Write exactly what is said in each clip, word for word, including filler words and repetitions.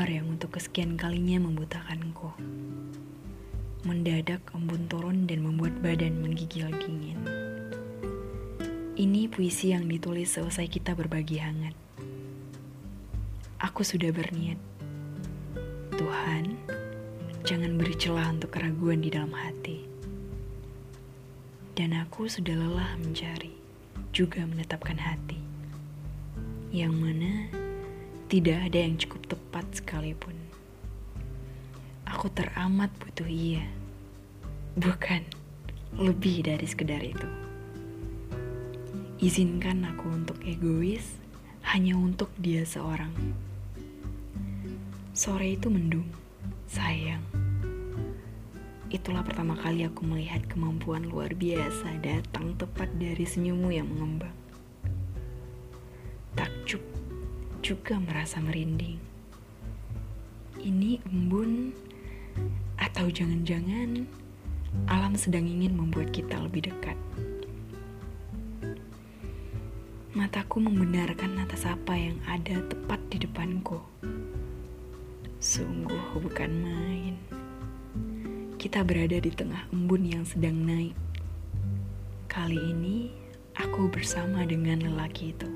yang untuk kesekian kalinya membutakanku. Mendadak embun turun dan membuat badan menggigil dingin. Ini puisi yang ditulis selesai kita berbagi hangat. Aku sudah berniat, Tuhan, jangan beri celah untuk keraguan di dalam hati. Dan aku sudah lelah mencari, juga menetapkan hati, yang mana tidak ada yang cukup tepat sekalipun. Aku teramat butuh ia, bukan lebih dari sekedar itu. Izinkan aku untuk egois hanya untuk dia seorang. Sore itu mendung, sayang. Itulah pertama kali aku melihat kemampuan luar biasa datang tepat dari senyummu yang mengembang. Takjub, juga merasa merinding. Ini embun, atau jangan-jangan alam sedang ingin membuat kita lebih dekat. Mataku membenarkan atas apa yang ada tepat di depanku. Sungguh bukan main. Kita berada di tengah embun yang sedang naik. Kali ini aku bersama dengan lelaki itu.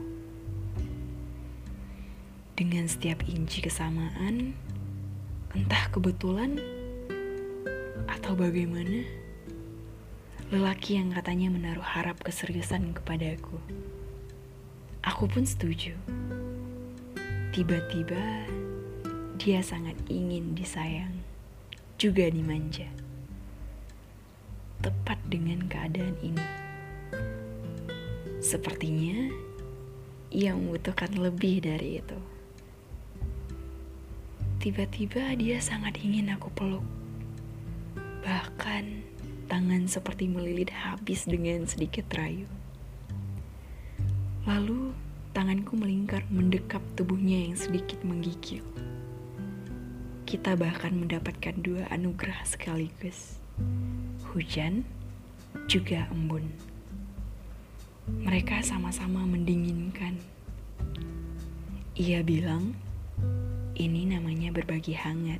Dengan setiap inci kesamaan, entah kebetulan atau bagaimana, lelaki yang katanya menaruh harap keseriusan kepadaku. Aku pun setuju. Tiba-tiba, dia sangat ingin disayang, juga dimanja. Tepat dengan keadaan ini. Sepertinya, ia membutuhkan lebih dari itu. Tiba-tiba dia sangat ingin aku peluk. Bahkan tangan seperti melilit habis dengan sedikit rayu. Lalu tanganku melingkar mendekap tubuhnya yang sedikit menggigil. Kita bahkan mendapatkan dua anugerah sekaligus. Hujan, juga embun. Mereka sama-sama mendinginkan. Ia bilang, ini namanya berbagi hangat.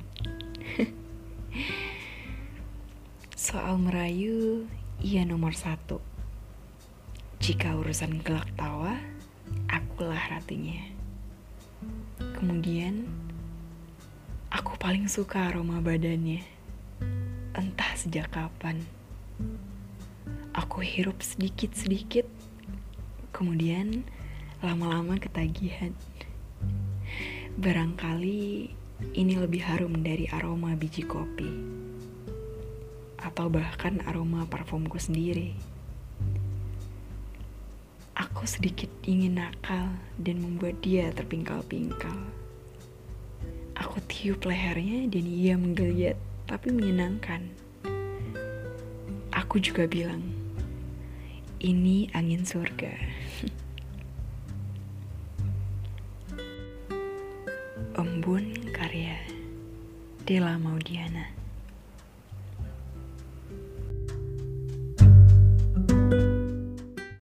Soal merayu, ia nomor satu. Jika urusan gelak tawa, akulah ratunya. Kemudian, aku paling suka aroma badannya. Entah sejak kapan. Aku hirup sedikit-sedikit, kemudian lama-lama ketagihan. Barangkali ini lebih harum dari aroma biji kopi. Atau bahkan aroma parfumku sendiri. Aku sedikit ingin nakal dan membuat dia terpingkal-pingkal. Aku tiup lehernya dan ia menggeliat, tapi menyenangkan. Aku juga bilang, ini angin surga. Embun karya Della Maudiana.